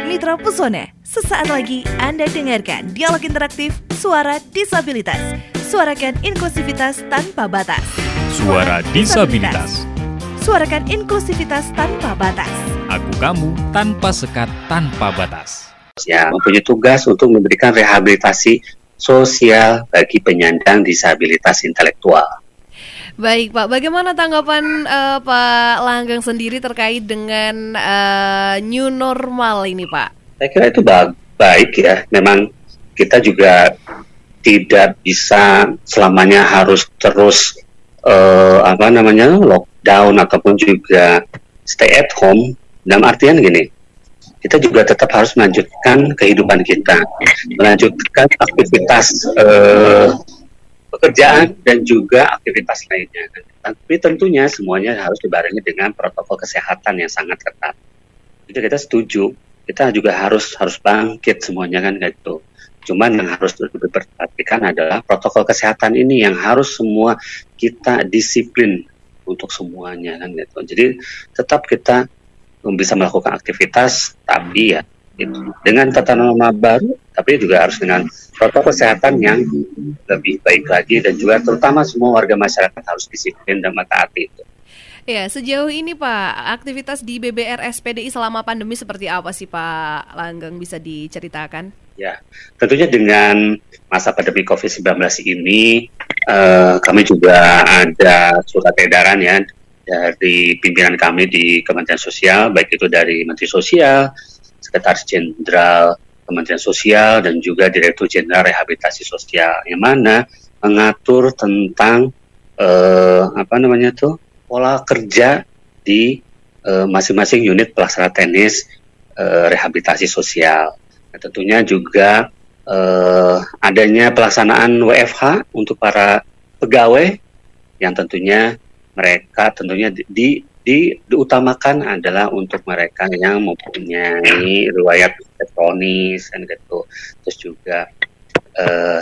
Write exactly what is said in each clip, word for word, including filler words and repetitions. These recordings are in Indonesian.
Mitra Pesona, sesaat lagi Anda dengarkan dialog interaktif Suara Disabilitas. Suarakan inklusivitas tanpa batas. Suara Disabilitas. Suarakan inklusivitas tanpa batas. Aku kamu tanpa sekat tanpa batas. Ya, mempunyai tugas untuk memberikan rehabilitasi sosial bagi penyandang disabilitas intelektual. Baik Pak, bagaimana tanggapan uh, Pak Langgeng sendiri terkait dengan uh, new normal ini Pak? Saya kira itu ba- baik ya, memang kita juga tidak bisa selamanya harus terus uh, apa namanya lockdown ataupun juga stay at home. Dalam artian gini, kita juga tetap harus melanjutkan kehidupan kita, melanjutkan aktivitas uh, pekerjaan dan juga aktivitas lainnya. Tapi tentunya semuanya harus dibarengi dengan protokol kesehatan yang sangat ketat. Jadi kita setuju, kita juga harus harus bangkit semuanya kan gitu. Cuman yang harus diperhatikan adalah protokol kesehatan ini yang harus semua kita disiplin untuk semuanya kan gitu. Jadi tetap kita bisa melakukan aktivitas, tapi ya gitu, dengan tata norma baru, tapi juga harus dengan protokol kesehatan yang lebih baik lagi dan juga terutama semua warga masyarakat harus disiplin dan mentaati itu. Ya, sejauh ini Pak, aktivitas di B B R S P D I selama pandemi seperti apa sih Pak Langgeng, bisa diceritakan? Ya, tentunya dengan masa pandemi covid sembilan belas ini, uh, kami juga ada surat edaran ya dari pimpinan kami di Kementerian Sosial, baik itu dari Menteri Sosial, Sekretaris Jenderal Kementerian Sosial dan juga Direktur Jenderal Rehabilitasi Sosial, yang mana mengatur tentang eh, apa namanya tuh pola kerja di eh, masing-masing unit pelaksana teknis eh, rehabilitasi sosial. Nah, tentunya juga eh, adanya pelaksanaan W F H untuk para pegawai yang tentunya mereka tentunya di, di Di, diutamakan adalah untuk mereka yang mempunyai riwayat kronis kan gitu. Terus juga uh,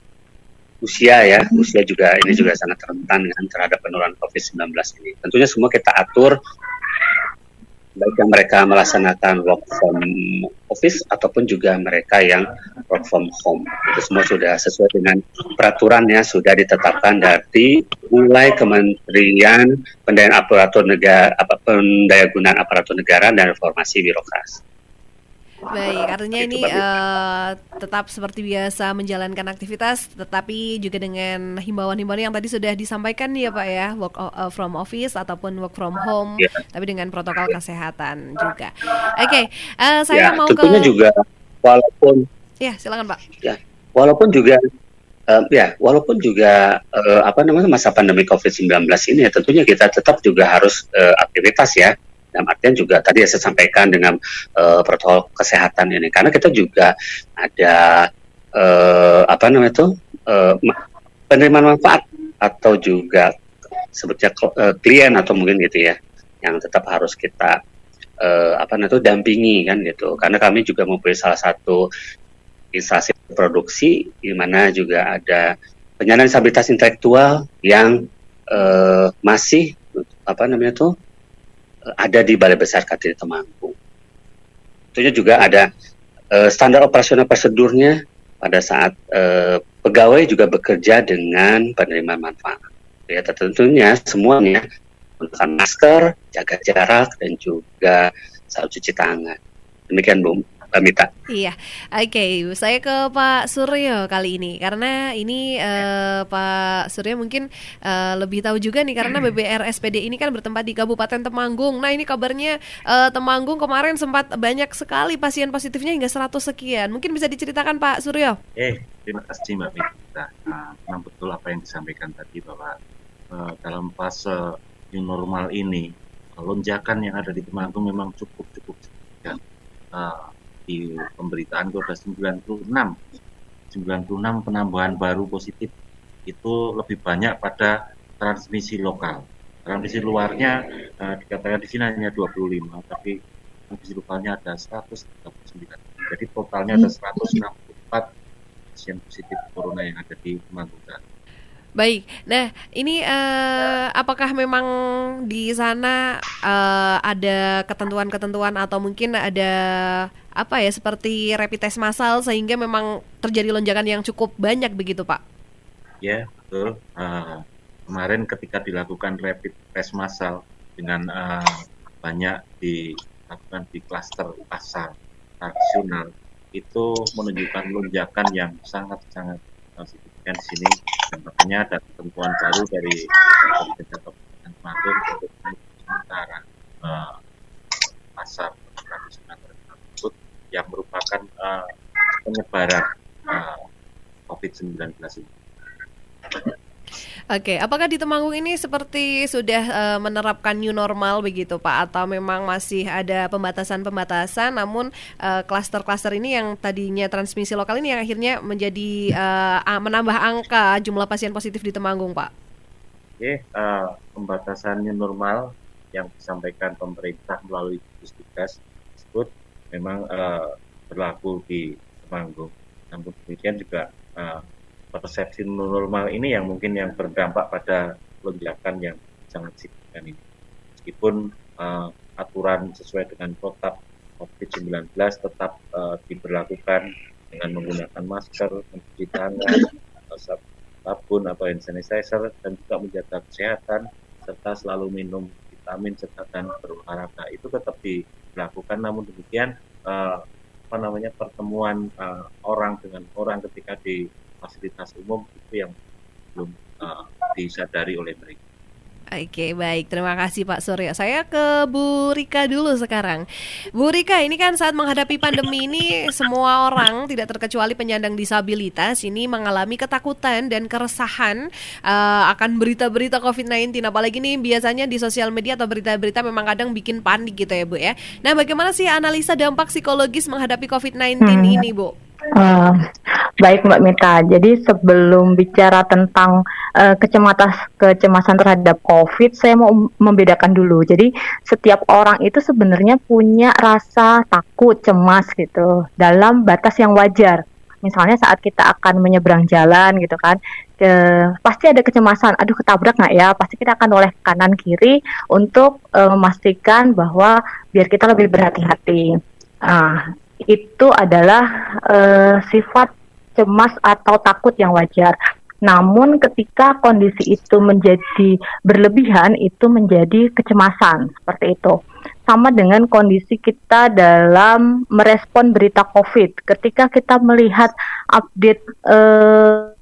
usia ya, usia juga ini juga sangat rentan kan terhadap penularan covid sembilan belas ini. Tentunya semua kita atur baik yang mereka melaksanakan work from office ataupun juga mereka yang work from home. Itu semua sudah sesuai dengan peraturannya, sudah ditetapkan dari mulai Kementerian Pendayaan Aparatur Negara, apa Pendayagunaan Aparatur Negara dan Reformasi Birokrasi. Baik, artinya ini uh, tetap seperti biasa menjalankan aktivitas, tetapi juga dengan himbauan-himbauan yang tadi sudah disampaikan ya Pak ya, work uh, from office ataupun work from home, ya, tapi dengan protokol kesehatan juga. Oke, okay, uh, saya ya, mau tentunya ke... juga walaupun... Ya, silakan Pak. Ya, walaupun juga... Uh, ya, walaupun juga uh, apa namanya masa pandemi covid sembilan belas ini ya tentunya kita tetap juga harus uh, aktivitas ya. Dalam artian juga tadi ya saya sampaikan dengan uh, protokol kesehatan ini, karena kita juga ada uh, apa namanya itu uh, penerimaan manfaat atau juga sebutnya uh, klien atau mungkin gitu ya, yang tetap harus kita uh, apa namanya itu dampingi kan gitu, karena kami juga mempunyai salah satu instansi produksi di mana juga ada penyandang disabilitas intelektual yang uh, masih apa namanya itu ada di Balai Besar Kartini Temanggung. Tentunya juga ada uh, standar operasional prosedurnya pada saat uh, pegawai juga bekerja dengan penerimaan manfaat. Ya, tentunya semuanya menggunakan masker, jaga jarak, dan juga selalu cuci tangan. Demikian Bu Mbak Mita. Iya, oke. Okay. Saya ke Pak Suryo kali ini karena ini uh, Pak Suryo mungkin uh, lebih tahu juga nih karena B B R S P D I ini kan bertempat di Kabupaten Temanggung. Nah ini kabarnya uh, Temanggung kemarin sempat banyak sekali pasien positifnya hingga seratus sekian. Mungkin bisa diceritakan Pak Suryo? Eh, terima kasih Mbak Mita. Nah, memang betul apa yang disampaikan tadi bahwa uh, dalam fase new normal ini lonjakan yang ada di Temanggung memang cukup cukup signifikan. Uh, di pemberitaan itu ada sembilan puluh enam penambahan baru positif, itu lebih banyak pada transmisi lokal. Transmisi luarnya uh, dikatakan di sini hanya dua puluh lima, tapi transmisi lokalnya ada seratus tiga puluh sembilan. Jadi totalnya ada seratus enam puluh empat pasien positif corona yang ada di Temanggung. Baik, nah ini uh, apakah memang di sana uh, ada ketentuan-ketentuan atau mungkin ada apa ya seperti rapid test massal sehingga memang terjadi lonjakan yang cukup banyak begitu Pak? Ya, betul. Uh, kemarin ketika dilakukan rapid test massal dengan uh, banyak dilakukan di klaster pasar tradisional, itu menunjukkan lonjakan yang sangat-sangat signifikan di sini. Dan makanya ada ketentuan baru dari Pemerintah Kabupaten Temanggung untuk sementara uh, pasar tradisional tersebut yang merupakan uh, penyebaran uh, covid sembilan belas ini. Oke, apakah di Temanggung ini seperti sudah uh, menerapkan new normal begitu Pak? Atau memang masih ada pembatasan-pembatasan namun uh, klaster-klaster ini yang tadinya transmisi lokal ini yang akhirnya menjadi uh, menambah angka jumlah pasien positif di Temanggung Pak? Oke, uh, pembatasan new normal yang disampaikan pemerintah melalui gugus tugas tersebut memang uh, berlaku di Temanggung. Namun demikian juga uh, persepsi normal ini yang mungkin yang berdampak pada lonjakan yang sangat signifikan ini. Meskipun uh, aturan sesuai dengan protap covid sembilan belas tetap uh, diberlakukan dengan menggunakan masker, mencuci tangan, sabun atau hand sanitizer, dan juga menjaga kesehatan, serta selalu minum vitamin serta dan berolahraga. Itu tetap dilakukan, namun demikian uh, apa namanya pertemuan uh, orang dengan orang ketika di fasilitas umum itu yang belum uh, disadari oleh mereka. Oke, baik. Terima kasih Pak Suryo. Saya ke Bu Rika dulu sekarang. Bu Rika, ini kan saat menghadapi pandemi ini semua orang tidak terkecuali penyandang disabilitas ini mengalami ketakutan dan keresahan uh, akan berita-berita covid sembilan belas. Apalagi nih biasanya di sosial media atau berita-berita memang kadang bikin panik gitu ya Bu ya. Nah, bagaimana sih analisa dampak psikologis menghadapi covid sembilan belas hmm. ini Bu? Uh, baik Mbak Mita, jadi sebelum bicara tentang uh, kecemasan kecemasan terhadap COVID, saya mau membedakan dulu. Jadi setiap orang itu sebenarnya punya rasa takut, cemas gitu dalam batas yang wajar. Misalnya saat kita akan menyeberang jalan gitu kan, ke, pasti ada kecemasan, aduh ketabrak nggak ya, pasti kita akan noleh kanan kiri untuk uh, memastikan bahwa biar kita lebih berhati-hati. Uh, itu adalah uh, sifat cemas atau takut yang wajar. Namun ketika kondisi itu menjadi berlebihan, itu menjadi kecemasan, seperti itu. Sama dengan kondisi kita dalam merespon berita COVID. Ketika kita melihat update uh,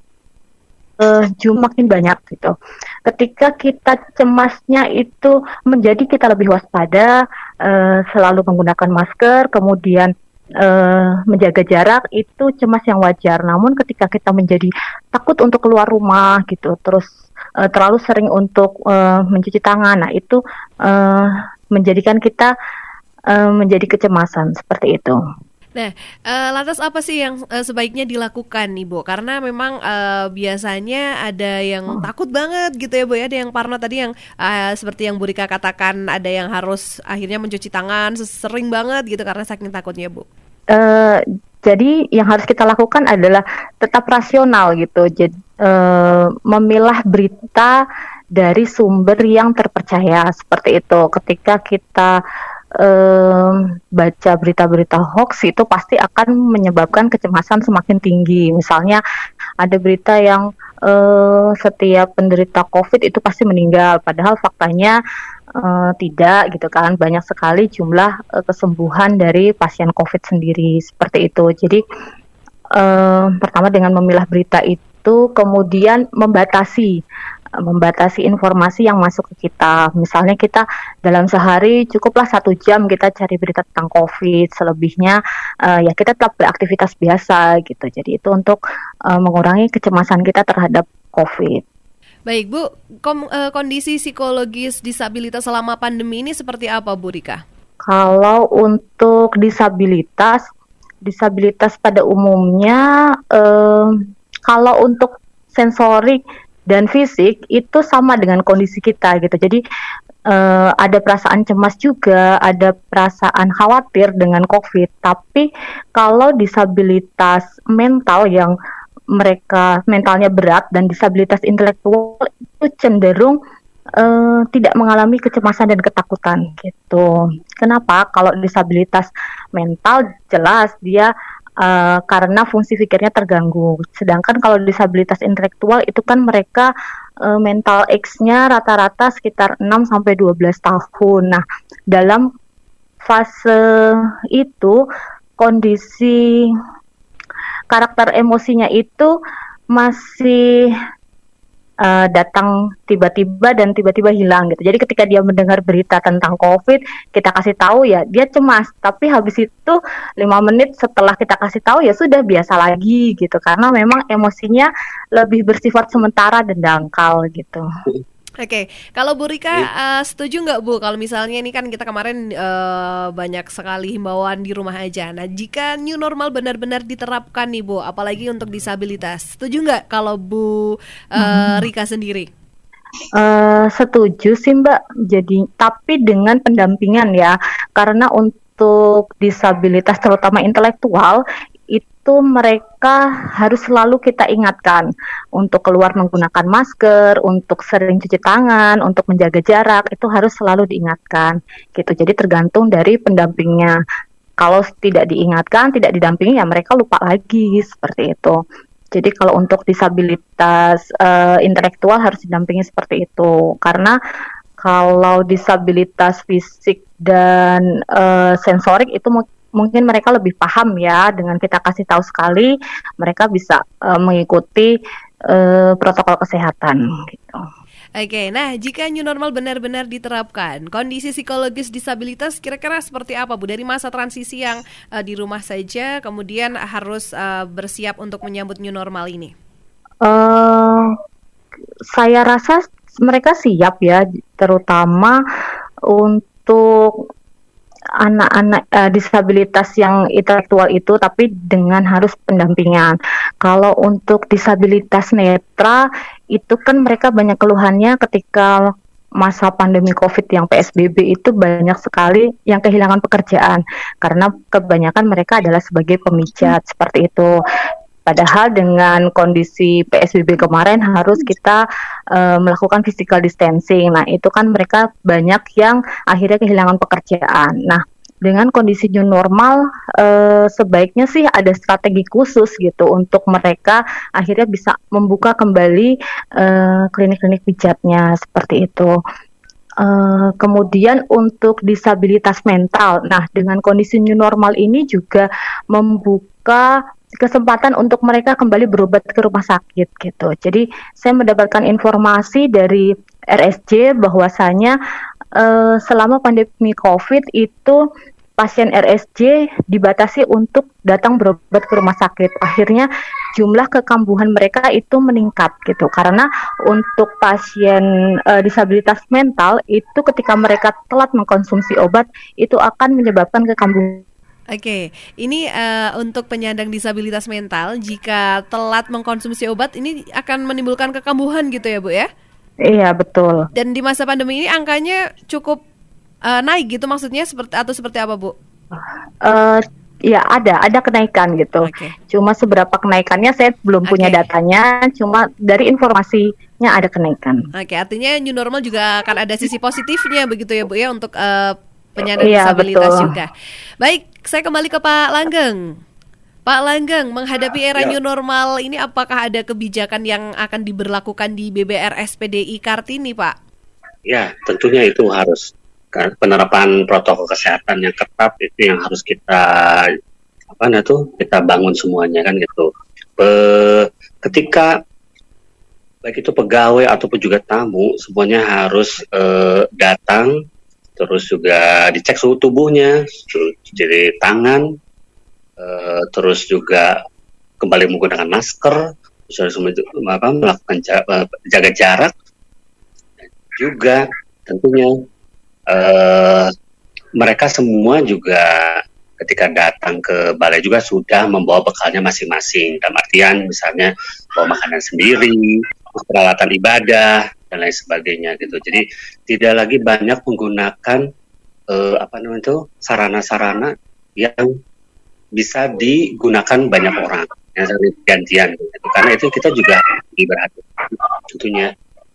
uh, jumlah makin banyak gitu. Ketika kita cemasnya itu menjadi kita lebih waspada, uh, selalu menggunakan masker, kemudian Uh, menjaga jarak, itu cemas yang wajar. Namun ketika kita menjadi takut untuk keluar rumah gitu, terus uh, terlalu sering untuk uh, mencuci tangan, nah itu uh, menjadikan kita uh, menjadi kecemasan seperti itu. Nah, uh, lantas apa sih yang uh, sebaiknya dilakukan nih Bu? Karena memang uh, biasanya ada yang hmm. takut banget gitu ya Bu ya, ada yang parno tadi yang uh, seperti yang Bu Rika katakan, ada yang harus akhirnya mencuci tangan sering banget gitu karena saking takutnya Bu. Uh, jadi yang harus kita lakukan adalah tetap rasional gitu. Jadi uh, memilah berita dari sumber yang terpercaya seperti itu. Ketika kita Uh, baca berita-berita hoax itu pasti akan menyebabkan kecemasan semakin tinggi. Misalnya ada berita yang uh, setiap penderita COVID itu pasti meninggal, padahal faktanya uh, tidak gitu kan. Banyak sekali jumlah uh, kesembuhan dari pasien COVID sendiri seperti itu. Jadi uh, pertama dengan memilah berita itu, kemudian membatasi membatasi informasi yang masuk ke kita. Misalnya kita dalam sehari cukuplah satu jam kita cari berita tentang COVID, selebihnya uh, ya kita tetap beraktivitas biasa gitu. Jadi itu untuk uh, mengurangi kecemasan kita terhadap COVID. Baik Bu, kom- uh, kondisi psikologis disabilitas selama pandemi ini seperti apa Bu Rika? Kalau untuk disabilitas, disabilitas pada umumnya uh, kalau untuk sensorik dan fisik itu sama dengan kondisi kita gitu. Jadi uh, ada perasaan cemas juga, ada perasaan khawatir dengan COVID. Tapi kalau disabilitas mental yang mereka mentalnya berat dan disabilitas intelektual itu cenderung uh, tidak mengalami kecemasan dan ketakutan gitu. Kenapa? Kalau disabilitas mental jelas dia uh, karena fungsi pikirnya terganggu. Sedangkan kalau disabilitas intelektual itu kan mereka uh, mental age-nya rata-rata sekitar enam sampai dua belas tahun. Nah, dalam fase itu kondisi karakter emosinya itu masih uh, datang tiba-tiba dan tiba-tiba hilang gitu. Jadi ketika dia mendengar berita tentang COVID, kita kasih tahu ya dia cemas, tapi habis itu lima menit setelah kita kasih tahu ya sudah biasa lagi gitu, karena memang emosinya lebih bersifat sementara dan dangkal gitu. Oke, kalau Bu Rika uh, setuju nggak Bu kalau misalnya ini kan kita kemarin uh, banyak sekali himbauan di rumah aja. Nah, jika new normal benar-benar diterapkan nih Bu, apalagi untuk disabilitas, setuju nggak kalau Bu uh, hmm. Rika sendiri? Uh, setuju sih Mbak. Jadi tapi dengan pendampingan ya, karena untuk disabilitas terutama intelektual itu mereka harus selalu kita ingatkan untuk keluar menggunakan masker, untuk sering cuci tangan, untuk menjaga jarak, itu harus selalu diingatkan gitu. Jadi tergantung dari pendampingnya. Kalau tidak diingatkan, tidak didampingi ya mereka lupa lagi seperti itu. Jadi kalau untuk disabilitas uh, intelektual harus didampingi seperti itu. Karena kalau disabilitas fisik dan uh, sensorik itu mungkin mungkin mereka lebih paham ya, dengan kita kasih tahu sekali mereka bisa uh, mengikuti uh, protokol kesehatan gitu. Oke, nah jika new normal benar-benar diterapkan, kondisi psikologis disabilitas kira-kira seperti apa Bu? Dari masa transisi yang uh, di rumah saja, kemudian harus uh, bersiap untuk menyambut new normal ini. Uh, saya rasa mereka siap ya, terutama untuk anak-anak uh, disabilitas yang intelektual itu, tapi dengan harus pendampingan. Kalau untuk disabilitas netra itu kan mereka banyak keluhannya ketika masa pandemi COVID yang P S B B itu banyak sekali yang kehilangan pekerjaan karena kebanyakan mereka adalah sebagai pemijat hmm. seperti itu. Padahal dengan kondisi P S B B kemarin harus kita uh, melakukan physical distancing. Nah, itu kan mereka banyak yang akhirnya kehilangan pekerjaan. Nah, dengan kondisi new normal, uh, sebaiknya sih ada strategi khusus gitu untuk mereka akhirnya bisa membuka kembali uh, klinik-klinik pijatnya seperti itu. Uh, kemudian untuk disabilitas mental, nah dengan kondisi new normal ini juga membuka kesempatan untuk mereka kembali berobat ke rumah sakit gitu. Jadi saya mendapatkan informasi dari R S J bahwasanya uh, selama pandemi COVID itu pasien R S J dibatasi untuk datang berobat ke rumah sakit. Akhirnya jumlah kekambuhan mereka itu meningkat gitu. Karena untuk pasien uh, disabilitas mental itu ketika mereka telat mengkonsumsi obat itu akan menyebabkan kekambuhan. Oke, ini uh, untuk penyandang disabilitas mental, jika telat mengkonsumsi obat ini akan menimbulkan kekambuhan gitu ya Bu ya? Iya betul. Dan di masa pandemi ini angkanya cukup uh, naik gitu maksudnya seperti atau seperti apa Bu? Uh, ya ada, ada kenaikan gitu. Okay. Cuma seberapa kenaikannya saya belum okay. punya datanya, cuma dari informasinya ada kenaikan. Oke, artinya new normal juga akan ada sisi positifnya begitu ya Bu ya untuk uh, penyandang iya, disabilitas betul. juga. Baik, saya kembali ke Pak Langgeng. Pak Langgeng, menghadapi era ya. new normal ini apakah ada kebijakan yang akan diberlakukan di B B R S P D I Kartini, Pak? Ya, tentunya itu harus. Kan penerapan protokol kesehatan yang ketat itu yang harus kita apa nah tuh kita bangun semuanya kan gitu. Be, ketika baik itu pegawai ataupun juga tamu semuanya harus eh, datang. Terus juga dicek suhu tubuhnya, jadi tangan, uh, terus juga kembali menggunakan masker, terus apa, melakukan jaga, jaga jarak, juga tentunya uh, mereka semua juga ketika datang ke balai juga sudah membawa bekalnya masing-masing, dalam artian misalnya bawa makanan sendiri, peralatan ibadah, dan lain sebagainya gitu. Jadi tidak lagi banyak menggunakan eh, apa namanya itu sarana-sarana yang bisa digunakan banyak orang yang saling gantian gitu. Karena itu kita juga berhati-hati tentunya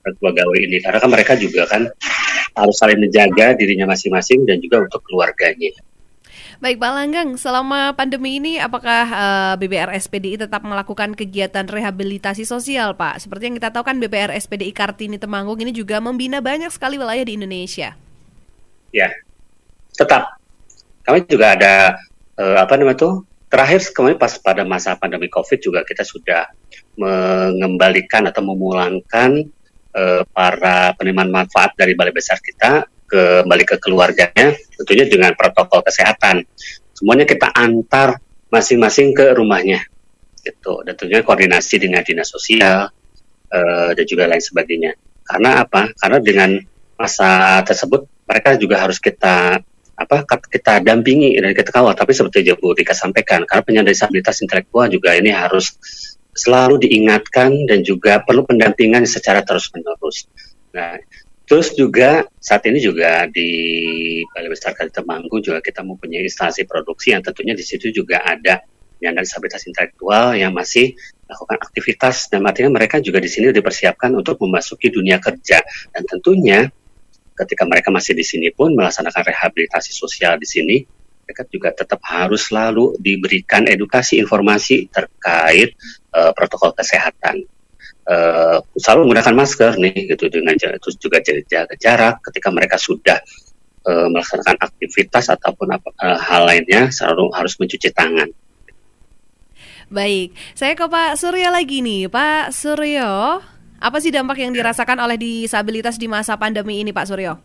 pegawai ini, karena kan mereka juga kan harus saling menjaga dirinya masing-masing dan juga untuk keluarganya. Baik Pak Langgang, selama pandemi ini apakah uh, B B R S P D I tetap melakukan kegiatan rehabilitasi sosial Pak? Seperti yang kita tahu kan B B R S P D I Kartini Temanggung ini juga membina banyak sekali wilayah di Indonesia. Ya, tetap. Kami juga ada uh, apa namanya tuh? Terakhir kemarin pas pada masa pandemi COVID juga kita sudah mengembalikan atau memulangkan uh, para penerima manfaat dari balai besar kita kembali ke keluarganya, tentunya dengan protokol kesehatan. Semuanya kita antar masing-masing ke rumahnya, gitu. Dan tentunya koordinasi dengan dinas sosial uh, dan juga lain sebagainya. Karena apa? Karena dengan masa tersebut mereka juga harus kita apa kita dampingi dan kita kawal. Tapi seperti yang Bu Rika sampaikan, karena penyandang disabilitas intelektual juga ini harus selalu diingatkan dan juga perlu pendampingan secara terus-menerus. Nah, terus juga saat ini juga di Balai Besar Kartini Temanggung juga kita mempunyai instalasi produksi yang tentunya di situ juga ada penyandang disabilitas intelektual yang masih melakukan aktivitas, dan artinya mereka juga di sini dipersiapkan untuk memasuki dunia kerja, dan tentunya ketika mereka masih di sini pun melaksanakan rehabilitasi sosial di sini, mereka juga tetap harus selalu diberikan edukasi informasi terkait uh, protokol kesehatan. Uh, selalu menggunakan masker nih gitu, dengan terus juga jaga jarak ketika mereka sudah uh, melaksanakan aktivitas ataupun apa, uh, hal lainnya, selalu harus mencuci tangan. Baik, saya ke Pak Suryo lagi nih. Pak Suryo, apa sih dampak yang dirasakan oleh disabilitas di masa pandemi ini Pak Suryo?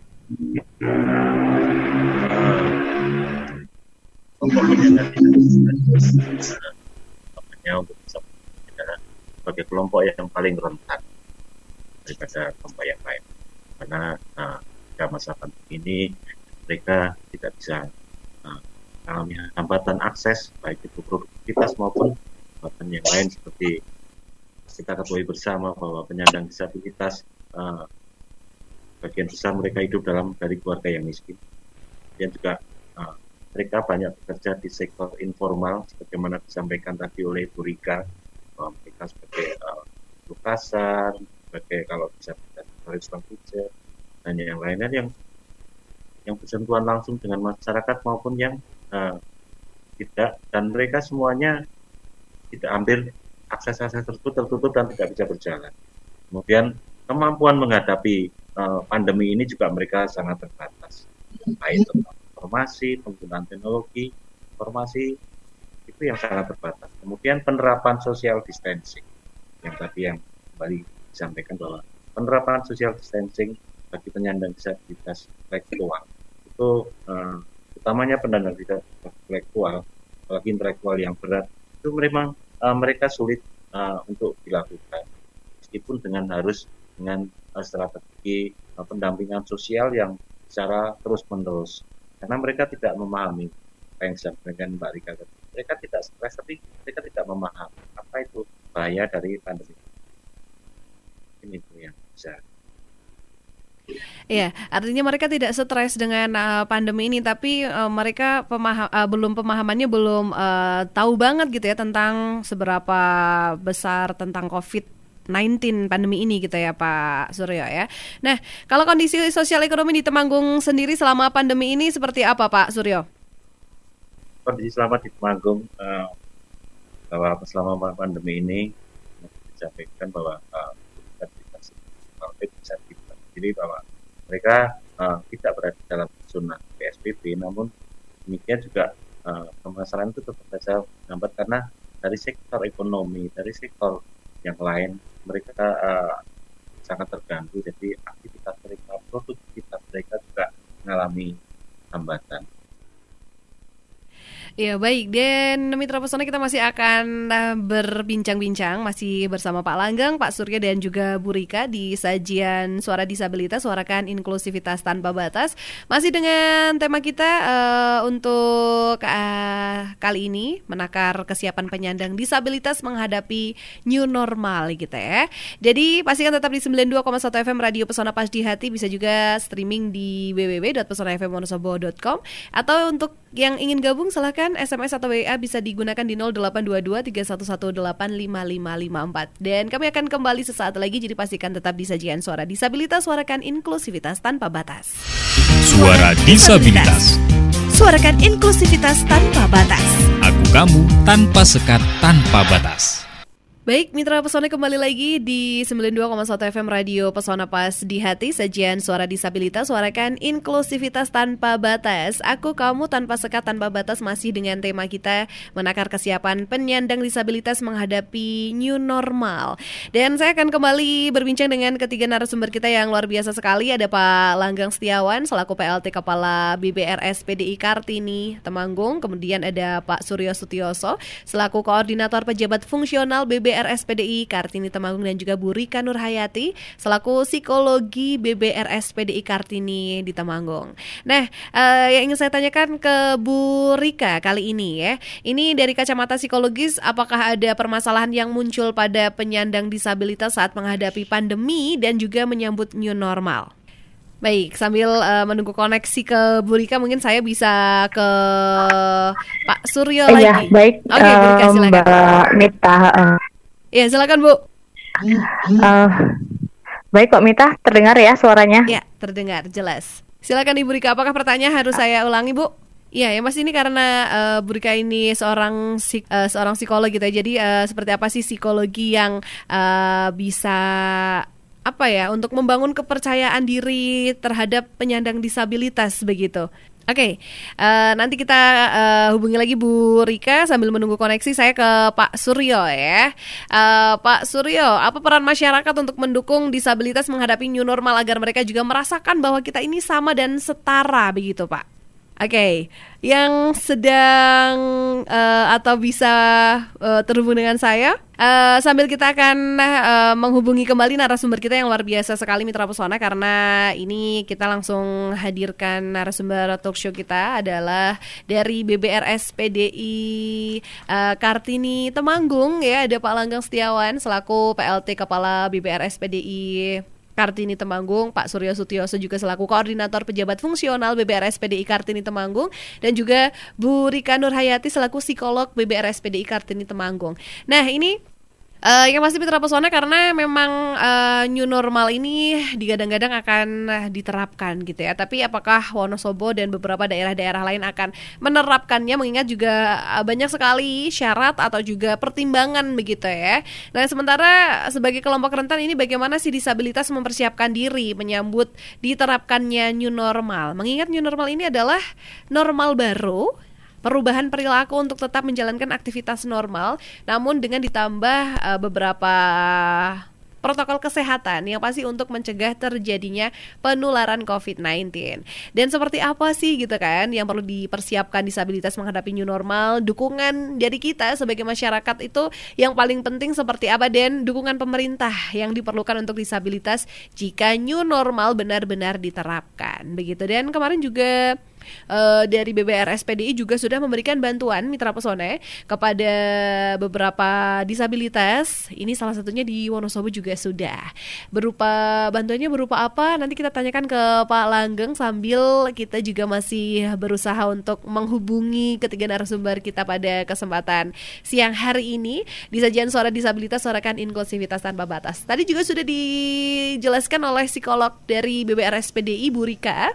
Untuk sebagai kelompok yang paling rentan daripada kelompok yang lain, karena uh, pada masa pandemi ini mereka tidak bisa uh, mengalami hambatan akses baik itu produktivitas maupun hambatan yang lain, seperti kita ketahui bersama bahwa penyandang disabilitas uh, bagian besar mereka hidup dalam dari keluarga yang miskin, dan juga uh, mereka banyak bekerja di sektor informal sebagaimana disampaikan tadi oleh Bu Rika. Mereka sebagai uh, lukasan, sebagai kalau bisa sebagai tukang pijat dan yang lainnya yang yang bersentuhan langsung dengan masyarakat maupun yang uh, tidak, dan mereka semuanya tidak ambil akses-akses tersebut tertutup dan tidak bisa berjalan. Kemudian kemampuan menghadapi uh, pandemi ini juga mereka sangat terbatas, baik tentang informasi, penggunaan teknologi, informasi itu yang sangat terbatas. Kemudian penerapan social distancing yang tadi yang kembali disampaikan bahwa penerapan social distancing bagi penyandang disabilitas intelektual itu uh, utamanya penyandang disabilitas intelektual, apalagi intelektual yang berat, itu memang uh, mereka sulit uh, untuk dilakukan, meskipun dengan harus dengan uh, strategi uh, pendampingan sosial yang secara terus menerus, karena mereka tidak memahami apa yang disampaikan Mbak Rika. Mereka tidak stres, tapi mereka tidak memahami apa itu bahaya dari pandemi. Ini itu yang bisa. Iya, artinya mereka tidak stres dengan uh, pandemi ini, tapi uh, mereka pemaham, uh, belum pemahamannya belum uh, tahu banget gitu ya tentang seberapa besar tentang covid sembilan belas pandemi ini gitu ya Pak Suryo ya. Nah, kalau kondisi sosial ekonomi di Temanggung sendiri selama pandemi ini seperti apa Pak Suryo? Kondisi selama di Temanggung uh, bahwa selama pandemi ini disampaikan bahwa uh, bisa jadi bahwa mereka uh, tidak berada dalam zona P S B B, namun demikian juga uh, permasalahan itu tetap saja hambat karena dari sektor ekonomi, dari sektor yang lain mereka uh, sangat terganggu, jadi aktivitas mereka, produktivitas mereka juga mengalami hambatan. Ya baik, dan Mitra Pesona kita masih akan uh, berbincang-bincang masih bersama Pak Langgang, Pak Suryo dan juga Bu Rika di sajian Suara Disabilitas, Suarakan Inklusivitas Tanpa Batas. Masih dengan tema kita uh, untuk uh, kali ini menakar kesiapan penyandang disabilitas menghadapi new normal gitu ya. Jadi pastikan tetap di sembilan puluh dua koma satu F M Radio Pesona Pas di Hati, bisa juga streaming di w w w dot pesona f m wonosobo dot com atau untuk Yang ingin gabung silahkan S M S atau W A bisa digunakan di nol delapan dua dua tiga satu satu delapan lima lima lima empat. Dan kami akan kembali sesaat lagi, jadi pastikan tetap di sajian Suara Disabilitas, suarakan inklusivitas tanpa batas. Suara Disabilitas. Suarakan inklusivitas tanpa batas. Aku kamu tanpa sekat tanpa batas. Baik, Mitra Pesona kembali lagi di sembilan puluh dua koma satu F M Radio Pesona Pas di Hati, sajian Suara Disabilitas, suarakan inklusivitas tanpa batas. Aku kamu tanpa sekat tanpa batas, masih dengan tema kita menakar kesiapan penyandang disabilitas menghadapi new normal. Dan saya akan kembali berbincang dengan ketiga narasumber kita yang luar biasa sekali. Ada Pak Langgeng Setiawan selaku P L T Kepala B B R S P D I Kartini Temanggung. Kemudian ada Pak Suryo Sutioso selaku Koordinator Pejabat Fungsional B B R S P D I Kartini Temanggung, dan juga Bu Rika Nurhayati selaku Psikologi B B R S P D I Kartini di Temanggung. Nah, uh, yang ingin saya tanyakan ke Bu Rika kali ini ya, ini dari kacamata psikologis, apakah ada permasalahan yang muncul pada penyandang disabilitas saat menghadapi pandemi dan juga menyambut new normal? Baik, sambil uh, menunggu koneksi ke Bu Rika, mungkin saya bisa ke Pak Suryo eh, lagi. Ya, baik, Oke, okay, Bu Rika, silakan. Mbak Mita. Uh. Ya, silakan Bu. Uh, baik Kok Mita, terdengar ya suaranya? Ya, terdengar jelas. Silakan Ibu Rika, apakah pertanyaan harus saya ulangi, Bu? Iya ya Mas, ini karena uh, Bu Rika ini seorang uh, seorang psikolog gitu ya. Jadi uh, seperti apa sih psikologi yang uh, bisa apa ya untuk membangun kepercayaan diri terhadap penyandang disabilitas begitu? Oke, okay, uh, nanti kita uh, hubungi lagi Bu Rika sambil menunggu koneksi. Saya ke Pak Suryo ya. uh, Pak Suryo, apa peran masyarakat untuk mendukung disabilitas menghadapi new normal agar mereka juga merasakan bahwa kita ini sama dan setara begitu Pak? Oke, okay. Yang sedang uh, atau bisa uh, terhubung dengan saya, uh, sambil kita akan uh, menghubungi kembali narasumber kita yang luar biasa sekali Mitra Pesona, karena ini kita langsung hadirkan narasumber talk show kita adalah dari B B R S P D I uh, Kartini Temanggung ya, ada Pak Langgeng Setiawan selaku P L T Kepala B B R S P D I Kartini Temanggung, Pak Suryo Sutioso juga selaku Koordinator Pejabat Fungsional B B R S P D I Kartini Temanggung, dan juga Bu Rika Nurhayati selaku Psikolog B B R S P D I Kartini Temanggung. Nah, ini Uh, yang pasti Mitra Pesona, karena memang uh, new normal ini digadang-gadang akan diterapkan gitu ya. Tapi apakah Wonosobo dan beberapa daerah-daerah lain akan menerapkannya, mengingat juga uh, banyak sekali syarat atau juga pertimbangan begitu ya. Nah, sementara sebagai kelompok rentan ini, bagaimana sih disabilitas mempersiapkan diri menyambut diterapkannya new normal? Mengingat new normal ini adalah normal baru, perubahan perilaku untuk tetap menjalankan aktivitas normal, namun dengan ditambah uh, beberapa protokol kesehatan yang pasti untuk mencegah terjadinya penularan covid sembilan belas. Dan seperti apa sih gitu kan yang perlu dipersiapkan disabilitas menghadapi new normal? Dukungan dari kita sebagai masyarakat itu yang paling penting seperti apa, dan dukungan pemerintah yang diperlukan untuk disabilitas jika new normal benar-benar diterapkan begitu. Dan kemarin juga Uh, dari B B R S P D I juga sudah memberikan bantuan Mitra Pesona kepada beberapa disabilitas. Ini salah satunya di Wonosobo juga sudah. Berupa bantuannya berupa apa? Nanti kita tanyakan ke Pak Langgeng, sambil kita juga masih berusaha untuk menghubungi ketiga narasumber kita pada kesempatan siang hari ini di sajian Suara Disabilitas, suarakan inklusivitas tanpa batas. Tadi juga sudah dijelaskan oleh psikolog dari B B R S P D I Bu Rika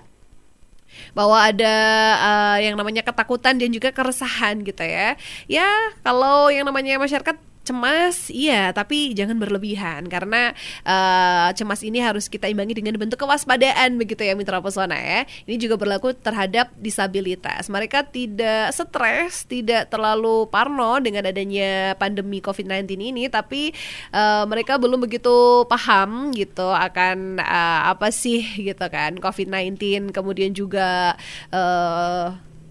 bahwa ada uh, yang namanya ketakutan dan juga keresahan gitu ya. Ya, kalau yang namanya masyarakat cemas, iya, tapi jangan berlebihan, karena uh, cemas ini harus kita imbangi dengan bentuk kewaspadaan begitu ya Mitra Pesona ya. Ini juga berlaku terhadap disabilitas. Mereka tidak stres, tidak terlalu parno dengan adanya pandemi covid sembilan belas ini, tapi uh, mereka belum begitu paham gitu akan uh, apa sih gitu kan covid sembilan belas, kemudian juga uh,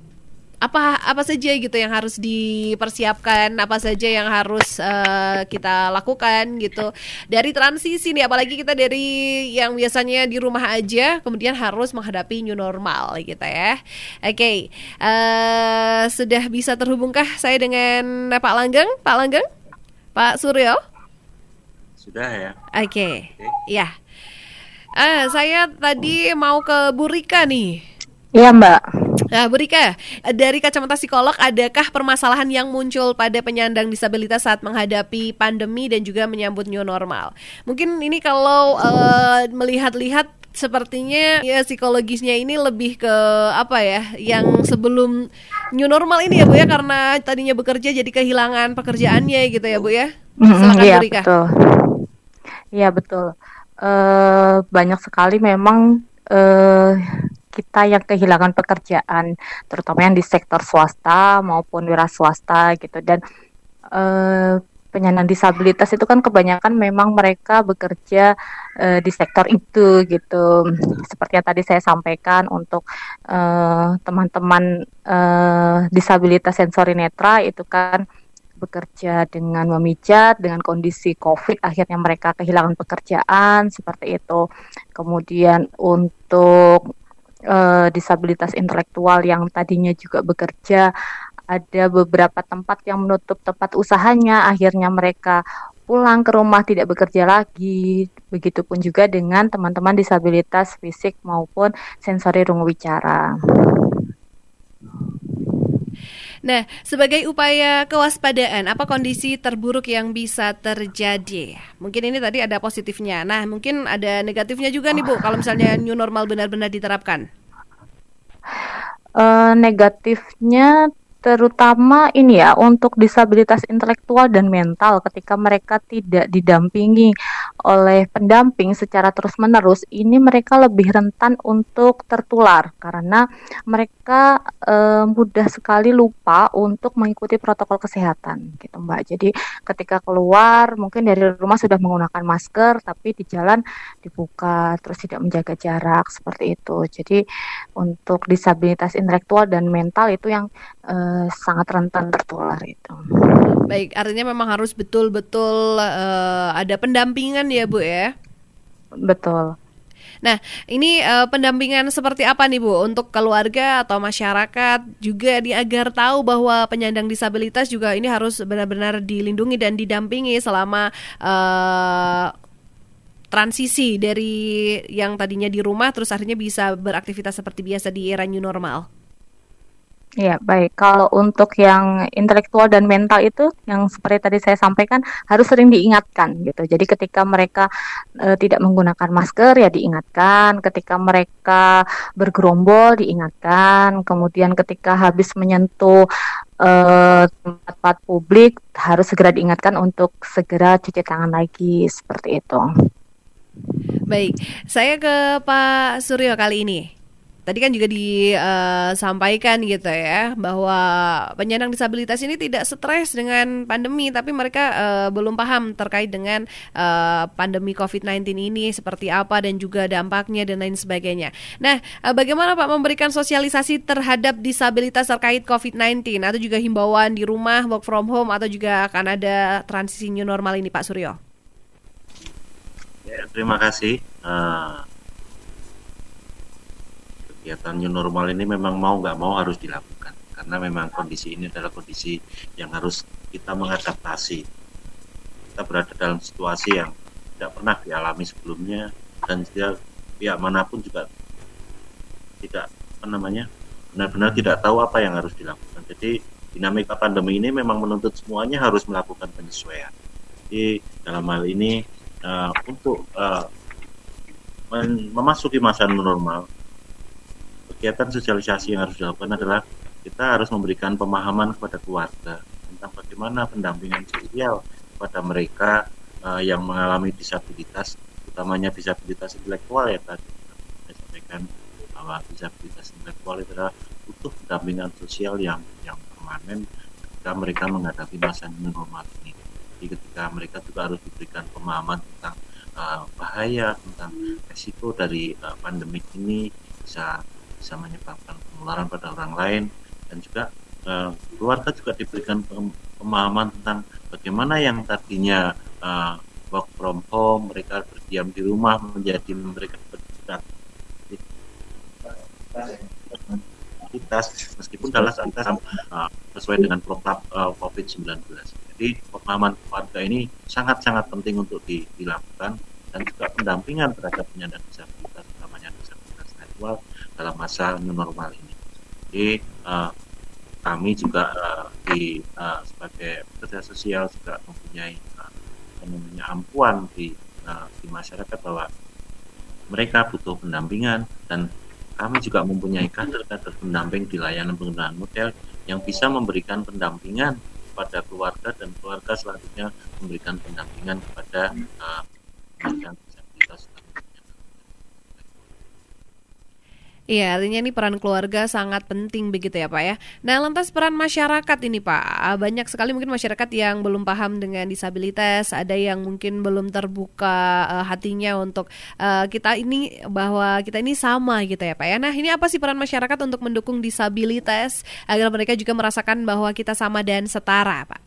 apa apa saja gitu yang harus dipersiapkan, apa saja yang harus uh, kita lakukan gitu dari transisi nih, apalagi kita dari yang biasanya di rumah aja kemudian harus menghadapi new normal gitu ya. Oke, okay. uh, sudah bisa terhubungkah saya dengan Pak Langgeng? Pak Langgeng? Pak Suryo? Sudah ya. Oke, okay. okay. Ya. Uh, saya tadi mau ke Bu Rika nih. Iya Mbak. Nah, Bu Rika, dari kacamata psikolog, adakah permasalahan yang muncul pada penyandang disabilitas saat menghadapi pandemi dan juga menyambut new normal? Mungkin ini kalau uh, melihat-lihat sepertinya ya psikologisnya ini lebih ke apa ya, yang sebelum new normal ini ya Bu ya, karena tadinya bekerja jadi kehilangan pekerjaannya gitu ya Bu ya. Silakan Iya, Bu Rika. betul. Iya, betul. Eh, banyak sekali memang eh, kita yang kehilangan pekerjaan, terutama yang di sektor swasta maupun wira swasta gitu. Dan eh, penyandang disabilitas itu kan kebanyakan memang mereka bekerja eh, di sektor itu gitu. Seperti yang tadi saya sampaikan untuk eh, teman-teman eh, disabilitas sensori netra itu kan bekerja dengan memijat, dengan kondisi COVID, akhirnya mereka kehilangan pekerjaan, seperti itu. Kemudian untuk eh, disabilitas intelektual yang tadinya juga bekerja, ada beberapa tempat yang menutup tempat usahanya, akhirnya mereka pulang ke rumah tidak bekerja lagi. Begitupun juga dengan teman-teman disabilitas fisik maupun sensori rungu wicara. Nah, sebagai upaya kewaspadaan, apa kondisi terburuk yang bisa terjadi? Mungkin ini tadi ada positifnya. Nah, mungkin ada negatifnya juga nih Bu, kalau misalnya new normal benar-benar diterapkan. Uh, negatifnya terutama ini ya, untuk disabilitas intelektual dan mental, ketika mereka tidak didampingi oleh pendamping secara terus-menerus, ini mereka lebih rentan untuk tertular karena mereka eh, mudah sekali lupa untuk mengikuti protokol kesehatan gitu Mbak. Jadi ketika keluar mungkin dari rumah sudah menggunakan masker, tapi di jalan dibuka, terus tidak menjaga jarak, seperti itu. Jadi untuk disabilitas intelektual dan mental itu yang eh, sangat rentan tertular itu. Baik, artinya memang harus betul-betul uh, ada pendampingan ya Bu ya? Betul. Nah, ini uh, pendampingan seperti apa nih Bu untuk keluarga atau masyarakat juga nih, agar tahu bahwa penyandang disabilitas juga ini harus benar-benar dilindungi dan didampingi selama uh, transisi dari yang tadinya di rumah terus akhirnya bisa beraktivitas seperti biasa di era new normal. Ya, baik. Kalau untuk yang intelektual dan mental itu, yang seperti tadi saya sampaikan, harus sering diingatkan gitu. Jadi ketika mereka e, tidak menggunakan masker, ya diingatkan. Ketika mereka bergerombol, diingatkan. Kemudian ketika habis menyentuh e, tempat-tempat publik, harus segera diingatkan untuk segera cuci tangan lagi, seperti itu. Baik, saya ke Pak Suryo kali ini. Tadi kan juga disampaikan uh, gitu ya, bahwa penyandang disabilitas ini tidak stres dengan pandemi, tapi mereka uh, belum paham terkait dengan uh, pandemi covid sembilan belas ini seperti apa dan juga dampaknya dan lain sebagainya. Nah, uh, bagaimana Pak memberikan sosialisasi terhadap disabilitas terkait covid sembilan belas atau juga himbauan di rumah, work from home, atau juga akan ada transisi new normal ini Pak Suryo? Ya, terima kasih. Uh... Kegiatan new normal ini memang mau nggak mau harus dilakukan karena memang kondisi ini adalah kondisi yang harus kita mengadaptasi. Kita berada dalam situasi yang tidak pernah dialami sebelumnya dan setiap pihak manapun juga tidak apa namanya benar-benar tidak tahu apa yang harus dilakukan. Jadi dinamika pandemi ini memang menuntut semuanya harus melakukan penyesuaian. Jadi dalam hal ini uh, untuk uh, men- memasuki masa new normal, kegiatan sosialisasi yang harus dilakukan adalah kita harus memberikan pemahaman kepada keluarga tentang bagaimana pendampingan sosial kepada mereka uh, yang mengalami disabilitas, utamanya disabilitas intelektual ya tadi saya sampaikan bahwa disabilitas intelektual itu adalah butuh pendampingan sosial yang yang permanen ketika mereka menghadapi masa new normal ini. Jadi ketika mereka juga harus diberikan pemahaman tentang uh, bahaya, tentang resiko dari uh, pandemi ini bisa bisa menyebabkan penularan pada orang lain, dan juga uh, keluarga juga diberikan pemahaman tentang bagaimana yang tadinya uh, work from home, mereka berdiam di rumah menjadi mereka beraktivitas meskipun dalam aktivitas uh, sesuai dengan protap uh, covid sembilan belas. Jadi pemahaman keluarga ini sangat-sangat penting untuk di, dilakukan, dan juga pendampingan terhadap penyandang disabilitas, utamanya disabilitas intelektual dalam masa new normal ini. Jadi uh, kami juga uh, di uh, sebagai pekerja sosial juga mempunyai uh, namanya ampuan di uh, di masyarakat bahwa mereka butuh pendampingan, dan kami juga mempunyai kader-kader pendamping di layanan pengendalian model yang bisa memberikan pendampingan kepada keluarga, dan keluarga selanjutnya memberikan pendampingan kepada uh, penyandang disabilitas. Iya, artinya ini peran keluarga sangat penting begitu ya Pak ya. Nah, lantas peran masyarakat ini Pak, banyak sekali mungkin masyarakat yang belum paham dengan disabilitas, ada yang mungkin belum terbuka uh, hatinya untuk uh, kita ini, bahwa kita ini sama gitu ya Pak ya. Nah, ini apa sih peran masyarakat untuk mendukung disabilitas agar mereka juga merasakan bahwa kita sama dan setara Pak?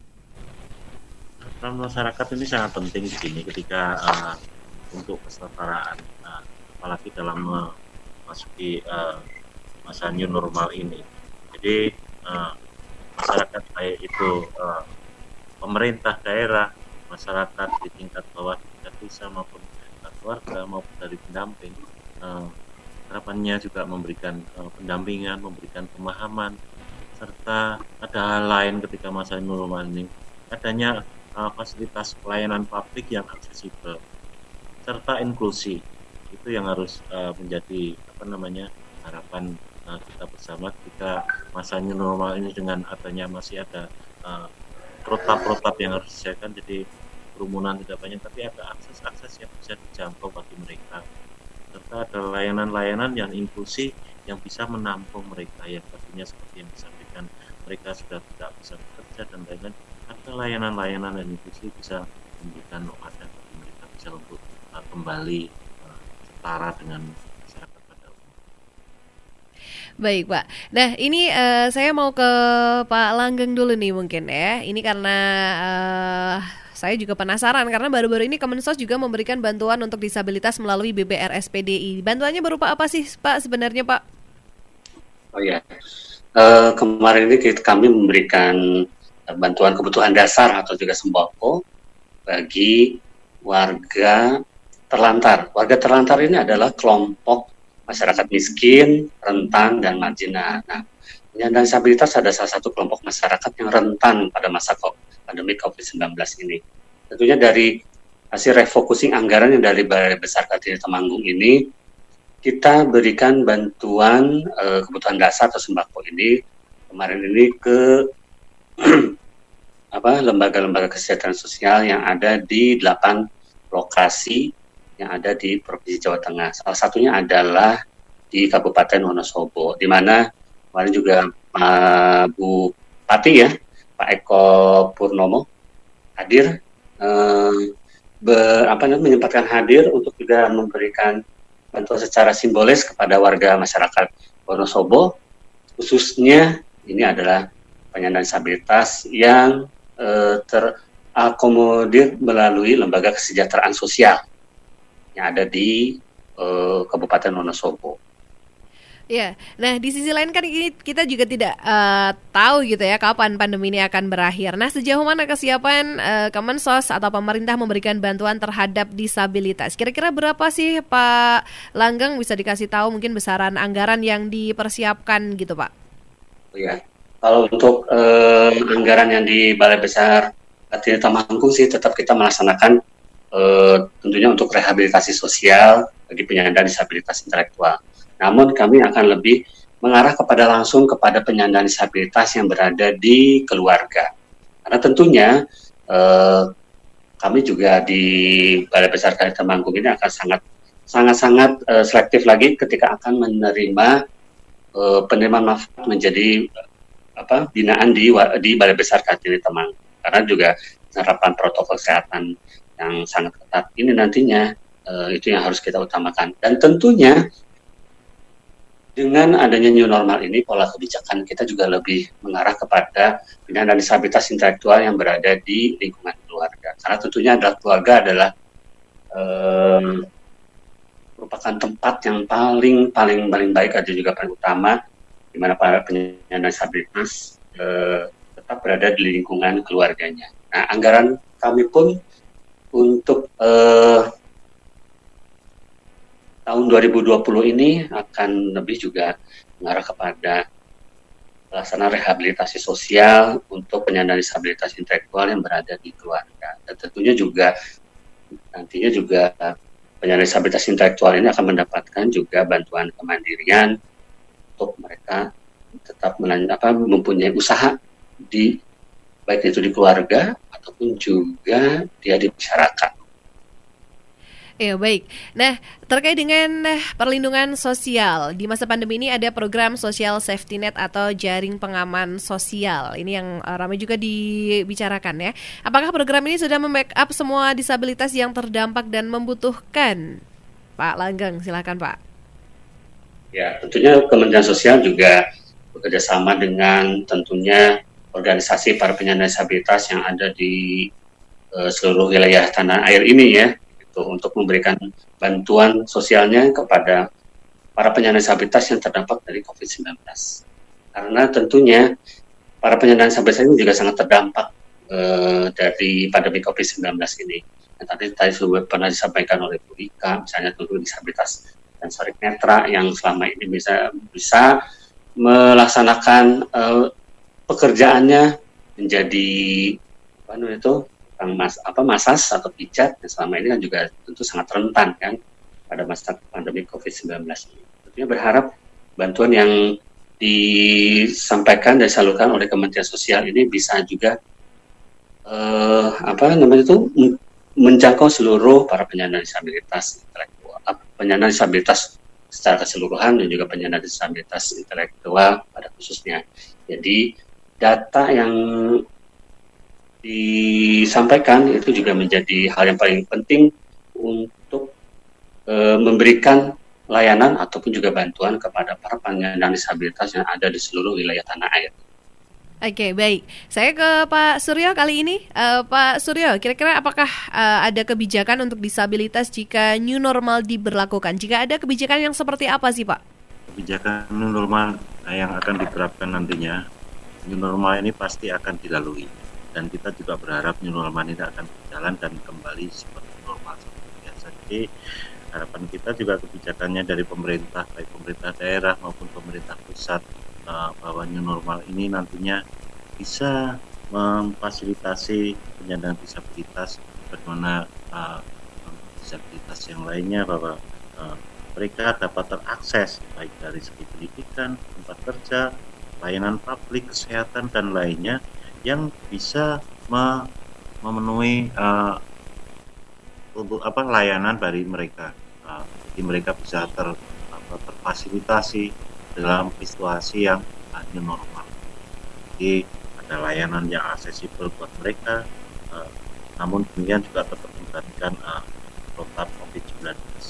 Peran masyarakat ini sangat penting di sini ketika uh, untuk kesetaraan, uh, apalagi dalam uh, masuki uh, masa new normal ini. Jadi uh, masyarakat baik itu uh, pemerintah daerah, masyarakat di tingkat bawah, di tingkat desa maupun tingkat keluarga maupun dari pendamping, uh, harapannya juga memberikan uh, pendampingan, memberikan pemahaman, serta ada hal lain ketika masa new normal ini, adanya uh, fasilitas pelayanan publik yang aksesibel serta inklusi. Itu yang harus uh, menjadi apa namanya harapan uh, kita bersama ketika masa new normal ini, dengan adanya masih ada uh, protap-protap yang harus diselesaikan, jadi kerumunan tidak banyak, tapi ada akses-akses yang bisa dijangkau bagi mereka, serta ada layanan-layanan yang inklusi yang bisa menampung mereka yang tadinya seperti yang disampaikan mereka sudah tidak bisa bekerja dan lain-lain. Ada layanan-layanan yang inklusi bisa memberikan wadah bagi mereka bisa untuk uh, kembali setara dengan masyarakat pada umumnya. Baik Pak. Nah ini uh, saya mau ke Pak Langgeng dulu nih mungkin ya. Ini karena uh, saya juga penasaran karena baru-baru ini Kemensos juga memberikan bantuan untuk disabilitas melalui B B R S P D I. Bantuannya berupa apa sih Pak sebenarnya Pak? Oh ya, uh, kemarin ini kita, kami memberikan bantuan kebutuhan dasar atau juga sembako bagi warga terlantar. Warga terlantar ini adalah kelompok masyarakat miskin, rentan, dan marginal. Nah, penyandang disabilitas ada salah satu kelompok masyarakat yang rentan pada masa pandemi covid sembilan belas ini. Tentunya dari hasil refocusing anggaran yang dari Balai Besar Kartini Temanggung ini, kita berikan bantuan e, kebutuhan dasar atau sembako ini kemarin ini ke apa lembaga-lembaga kesejahteraan sosial yang ada di delapan lokasi yang ada di Provinsi Jawa Tengah. Salah satunya adalah di Kabupaten Wonosobo, di mana kemarin juga Pak Bupati ya, Pak Eko Purnomo hadir, eh, ber, apa namanya, menyempatkan hadir untuk juga memberikan bantuan secara simbolis kepada warga masyarakat Wonosobo, khususnya ini adalah penyandang disabilitas yang eh, terakomodir melalui lembaga kesejahteraan sosial yang ada di uh, Kabupaten Wonosobo. Ya, nah di sisi lain kan ini kita juga tidak uh, tahu gitu ya kapan pandemi ini akan berakhir. Nah sejauh mana kesiapan uh, Kemensos atau pemerintah memberikan bantuan terhadap disabilitas? Kira-kira berapa sih Pak Langgeng, bisa dikasih tahu mungkin besaran anggaran yang dipersiapkan gitu Pak? Oh ya, kalau untuk uh, anggaran yang di Balai Besar Kartini Temanggung sih tetap kita melaksanakan Uh, tentunya untuk rehabilitasi sosial bagi penyandang disabilitas intelektual. Namun kami akan lebih mengarah kepada langsung kepada penyandang disabilitas yang berada di keluarga. Karena tentunya uh, kami juga di Balai Besar Kartini Temanggung ini akan sangat sangat-sangat uh, selektif lagi ketika akan menerima uh, penerimaan manfaat menjadi uh, apa binaan di di Balai Besar Kartini Temanggung. Karena juga penerapan protokol kesehatan yang sangat ketat ini nantinya uh, itu yang harus kita utamakan. Dan tentunya dengan adanya new normal ini, pola kebijakan kita juga lebih mengarah kepada penyandang disabilitas intelektual yang berada di lingkungan keluarga. Karena tentunya adalah keluarga adalah uh, merupakan tempat yang paling paling paling baik, ada juga paling utama di mana para penyandang disabilitas uh, tetap berada di lingkungan keluarganya. Nah, anggaran kami pun untuk eh, tahun dua ribu dua puluh ini akan lebih juga mengarah kepada pelaksanaan rehabilitasi sosial untuk penyandang disabilitas intelektual yang berada di keluarga. Dan tentunya juga nantinya juga penyandang disabilitas intelektual ini akan mendapatkan juga bantuan kemandirian untuk mereka tetap melan- apa, mempunyai usaha di baik itu di keluarga ataupun juga dia di masyarakat. Ya, baik. Nah, terkait dengan eh, perlindungan sosial, di masa pandemi ini ada program Social Safety Net atau jaring pengaman sosial. Ini yang eh, ramai juga dibicarakan ya. Apakah program ini sudah membackup semua disabilitas yang terdampak dan membutuhkan? Pak Langgeng, silakan Pak. Ya, tentunya Kementerian Sosial juga bekerjasama dengan tentunya organisasi para penyandang disabilitas yang ada di uh, seluruh wilayah tanah air ini ya, gitu, untuk memberikan bantuan sosialnya kepada para penyandang disabilitas yang terdampak dari covid sembilan belas. Karena tentunya para penyandang disabilitas ini juga sangat terdampak uh, dari pandemi covid sembilan belas ini. Yang tadi tadi sudah pernah disampaikan oleh Bu Rika, misalnya tentu disabilitas sensorik netra yang selama ini bisa bisa melaksanakan uh, pekerjaannya menjadi apa namanya itu mas apa masas atau pijat yang selama ini kan juga tentu sangat rentan kan pada masa pandemi covid sembilan belas ini. Tentunya berharap bantuan yang disampaikan dan disalurkan oleh Kementerian Sosial ini bisa juga uh, apa namanya itu menjangkau seluruh para penyandang disabilitas intelektual, penyandang disabilitas secara keseluruhan dan juga penyandang disabilitas intelektual pada khususnya. Jadi data yang disampaikan itu juga menjadi hal yang paling penting untuk e, memberikan layanan ataupun juga bantuan kepada para penyandang disabilitas yang ada di seluruh wilayah tanah air. Oke, baik. Saya ke Pak Suryo kali ini. Uh, Pak Suryo, kira-kira apakah uh, ada kebijakan untuk disabilitas jika new normal diberlakukan? Jika ada kebijakan yang seperti apa sih, Pak? Kebijakan new normal yang akan diterapkan nantinya, new normal ini pasti akan dilalui. Dan kita juga berharap new normal ini akan berjalan dan kembali seperti normal seperti biasa. Jadi harapan kita juga kebijakannya dari pemerintah, baik pemerintah daerah maupun pemerintah pusat, bahwa new normal ini nantinya bisa memfasilitasi penyandang disabilitas bagaimana uh, disabilitas yang lainnya bahwa uh, mereka dapat terakses baik dari segi pendidikan, tempat kerja, layanan publik, kesehatan dan lainnya yang bisa me- memenuhi uh, untuk apa layanan dari mereka. Uh, jadi mereka bisa ter, apa, terfasilitasi dalam situasi yang new normal. Jadi ada layanan yang aksesibel buat mereka, uh, namun demikian juga tetap memperhatikan uh, protokol covid sembilan belas.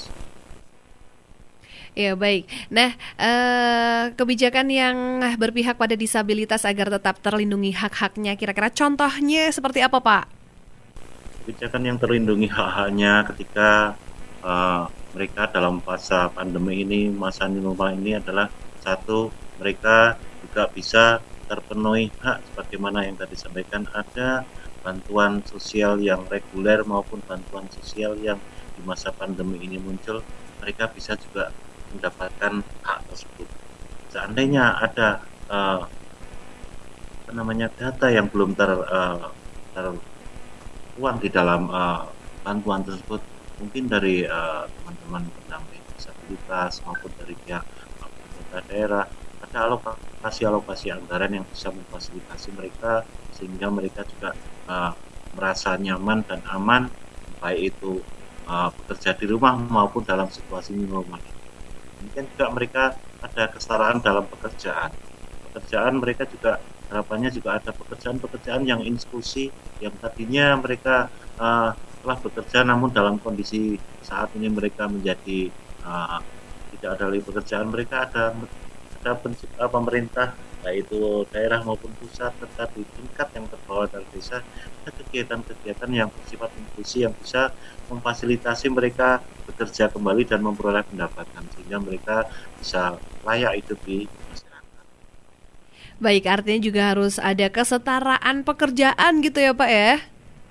Ya, baik. Nah, eh, kebijakan yang berpihak pada disabilitas agar tetap terlindungi hak-haknya, kira-kira contohnya seperti apa, Pak? Kebijakan yang terlindungi hak-haknya ketika uh, mereka dalam masa pandemi ini, masa new normal ini adalah satu, mereka juga bisa terpenuhi hak sebagaimana yang tadi disampaikan, ada bantuan sosial yang reguler maupun bantuan sosial yang di masa pandemi ini muncul, mereka bisa juga mendapatkan hak tersebut. Seandainya ada uh, apa namanya data yang belum ter, uh, tertuang di dalam uh, bantuan tersebut, mungkin dari uh, teman-teman pendamping disabilitas maupun dari pihak daerah ada alokasi-alokasi anggaran yang bisa memfasilitasi mereka sehingga mereka juga uh, merasa nyaman dan aman baik itu uh, bekerja di rumah maupun dalam situasi new normal. Mungkin juga mereka ada kesetaraan dalam pekerjaan. Pekerjaan mereka juga harapannya juga ada pekerjaan-pekerjaan yang inklusi yang tadinya mereka uh, telah bekerja namun dalam kondisi saat ini mereka menjadi uh, tidak ada lagi pekerjaan, mereka ada ada pencipta pemerintah baik itu daerah maupun pusat serta di tingkat yang terbawah dari desa ada kegiatan-kegiatan yang bersifat inklusi yang bisa memfasilitasi mereka bekerja kembali dan memperoleh pendapatan sehingga mereka bisa layak hidup di masyarakat. Baik, artinya juga harus ada kesetaraan pekerjaan gitu ya, Pak ya?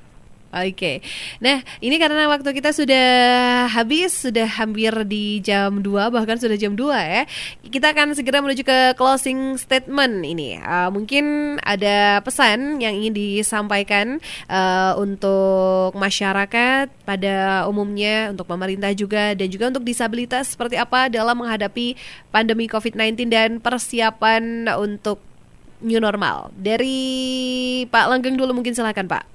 Oke, nah ini karena waktu kita sudah habis, sudah hampir di jam dua, bahkan sudah jam dua ya. Kita akan segera menuju ke closing statement ini. Uh, mungkin ada pesan yang ingin disampaikan uh, untuk masyarakat pada umumnya, untuk pemerintah juga, dan juga untuk disabilitas seperti apa dalam menghadapi pandemi covid sembilan belas dan persiapan untuk new normal. Dari Pak Langgeng dulu mungkin, silakan Pak.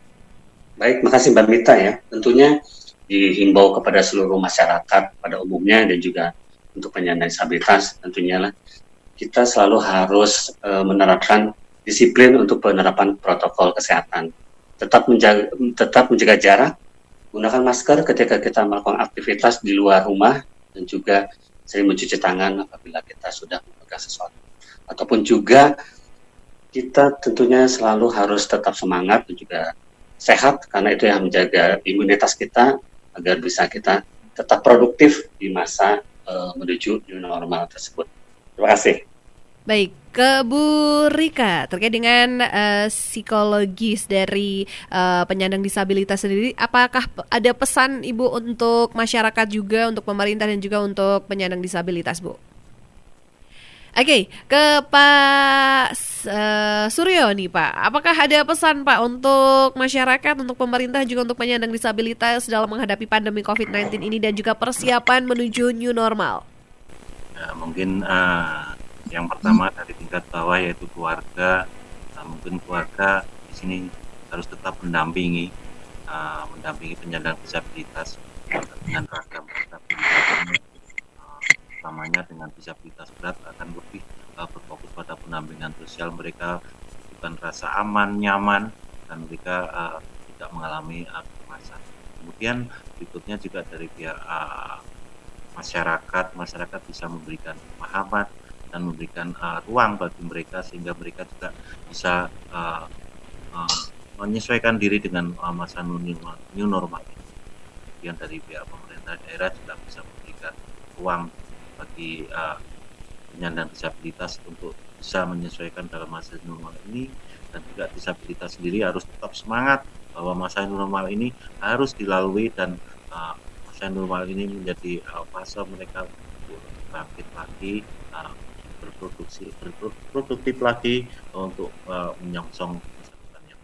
Baik, makasih Mbak Mita ya. Tentunya dihimbau kepada seluruh masyarakat pada umumnya dan juga untuk penyandang disabilitas tentunya lah kita selalu harus e, menerapkan disiplin untuk penerapan protokol kesehatan. Tetap menjaga, tetap menjaga jarak, gunakan masker ketika kita melakukan aktivitas di luar rumah dan juga sering mencuci tangan apabila kita sudah memegang sesuatu. Ataupun juga kita tentunya selalu harus tetap semangat dan juga sehat, karena itu yang menjaga imunitas kita agar bisa kita tetap produktif di masa uh, menuju new normal tersebut. Terima kasih. Baik, ke Bu Rika terkait dengan uh, psikologis dari uh, penyandang disabilitas sendiri, apakah ada pesan Ibu untuk masyarakat juga, untuk pemerintah dan juga untuk penyandang disabilitas, Bu? Oke, okay, ke Pak uh, Suryo nih Pak, apakah ada pesan Pak untuk masyarakat, untuk pemerintah juga untuk penyandang disabilitas dalam menghadapi pandemi covid sembilan belas ini dan juga persiapan menuju new normal? Ya, mungkin uh, yang pertama dari tingkat bawah yaitu keluarga, uh, mungkin keluarga di sini harus tetap mendampingi, uh, mendampingi penyandang disabilitas dengan ragam disabilitas. Utamanya dengan disabilitas berat akan lebih uh, berfokus pada pendampingan sosial mereka, bukan rasa aman, nyaman, dan mereka uh, tidak mengalami uh, kecemasan. Kemudian berikutnya juga dari pihak uh, masyarakat, masyarakat bisa memberikan pemahaman dan memberikan uh, ruang bagi mereka sehingga mereka juga bisa uh, uh, menyesuaikan diri dengan uh, masa new normal, new normal. Kemudian dari pihak pemerintah daerah juga bisa memberikan ruang bagi uh, penyandang disabilitas untuk bisa menyesuaikan dalam masa normal ini, dan juga disabilitas sendiri harus tetap semangat bahwa masa normal ini harus dilalui dan uh, masa normal ini menjadi uh, fase mereka untuk bangkit lagi, uh, berproduksi, berproduktif lagi uh, untuk uh, menyongsong masa depan yang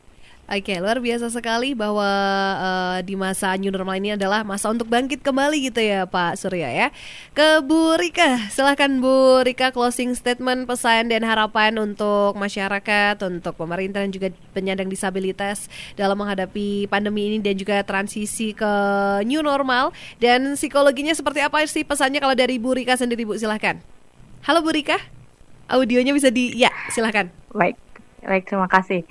Oke, luar biasa sekali bahwa uh, di masa new normal ini adalah masa untuk bangkit kembali gitu ya Pak Surya ya. Ke Bu Rika, silahkan Bu Rika, closing statement, pesan dan harapan untuk masyarakat, untuk pemerintah dan juga penyandang disabilitas dalam menghadapi pandemi ini dan juga transisi ke new normal, dan psikologinya seperti apa sih pesannya kalau dari Bu Rika sendiri, Bu, silahkan. Halo Bu Rika, audionya bisa di, ya silahkan. Baik, baik terima kasih.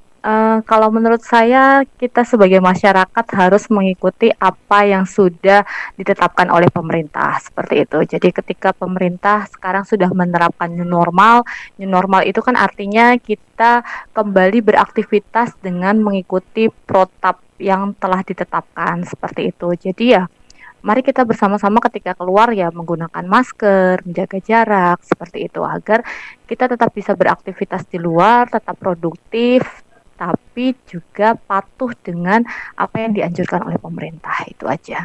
Uh, kalau menurut saya, kita sebagai masyarakat harus mengikuti apa yang sudah ditetapkan oleh pemerintah, seperti itu. Jadi ketika pemerintah sekarang sudah menerapkan new normal, new normal itu kan artinya kita kembali beraktivitas dengan mengikuti protap yang telah ditetapkan, seperti itu. Jadi ya, mari kita bersama-sama ketika keluar ya menggunakan masker, menjaga jarak, seperti itu, agar kita tetap bisa beraktivitas di luar, tetap produktif, tapi juga patuh dengan apa yang dianjurkan oleh pemerintah. Itu aja.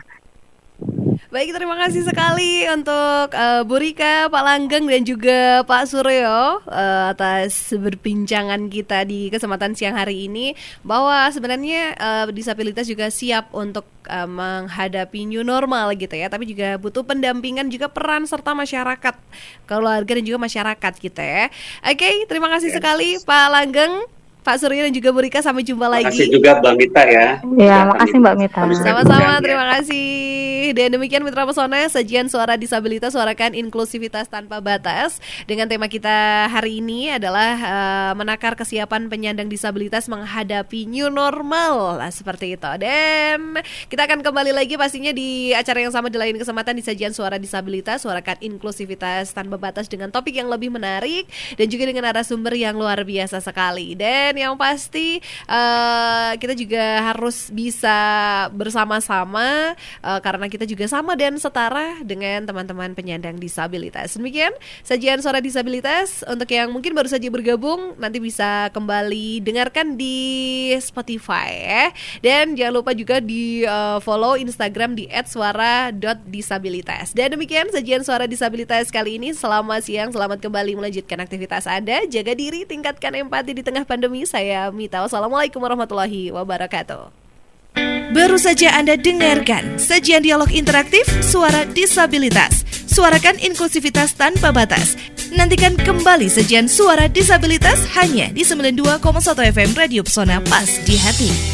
Baik, terima kasih sekali untuk uh, Bu Rika, Pak Langgeng dan juga Pak Suryo uh, atas berbincangan kita di kesempatan siang hari ini, bahwa sebenarnya uh, disabilitas juga siap untuk uh, menghadapi new normal gitu ya, tapi juga butuh pendampingan juga peran serta masyarakat, keluarga dan juga masyarakat gitu ya. Oke, terima kasih yes. sekali Pak Langgeng, Pak Suryo dan juga Bu Rika, sampai jumpa terima lagi. Terima kasih juga Mbak Mita ya. Ya, makasih Mbak Mita. Sama-sama, terima kasih. Dan demikian Mitra Pesona, sajian suara disabilitas, suarakan inklusivitas tanpa batas. Dengan tema kita hari ini adalah uh, menakar kesiapan penyandang disabilitas menghadapi new normal, nah, seperti itu. Dan kita akan kembali lagi pastinya di acara yang sama di lain kesempatan di sajian suara disabilitas, suarakan inklusivitas tanpa batas, dengan topik yang lebih menarik dan juga dengan narasumber yang luar biasa sekali. Dan yang pasti uh, kita juga harus bisa bersama-sama uh, karena kita juga sama dan setara dengan teman-teman penyandang disabilitas. Demikian sajian Suara Disabilitas. Untuk yang mungkin baru saja bergabung, nanti bisa kembali dengarkan di Spotify ya. Dan jangan lupa juga di uh, follow Instagram di et suara dot disabilitas. Dan demikian sajian Suara Disabilitas kali ini. Selamat siang, selamat kembali melanjutkan aktivitas Anda. Jaga diri, tingkatkan empati di tengah pandemi. Saya Mita. Wassalamualaikum warahmatullahi wabarakatuh. Baru saja Anda dengarkan sajian dialog interaktif Suara Disabilitas. Suarakan inklusivitas tanpa batas. Nantikan kembali sajian Suara Disabilitas hanya di sembilan puluh dua koma satu F M Radio Pesona Pas di Hati.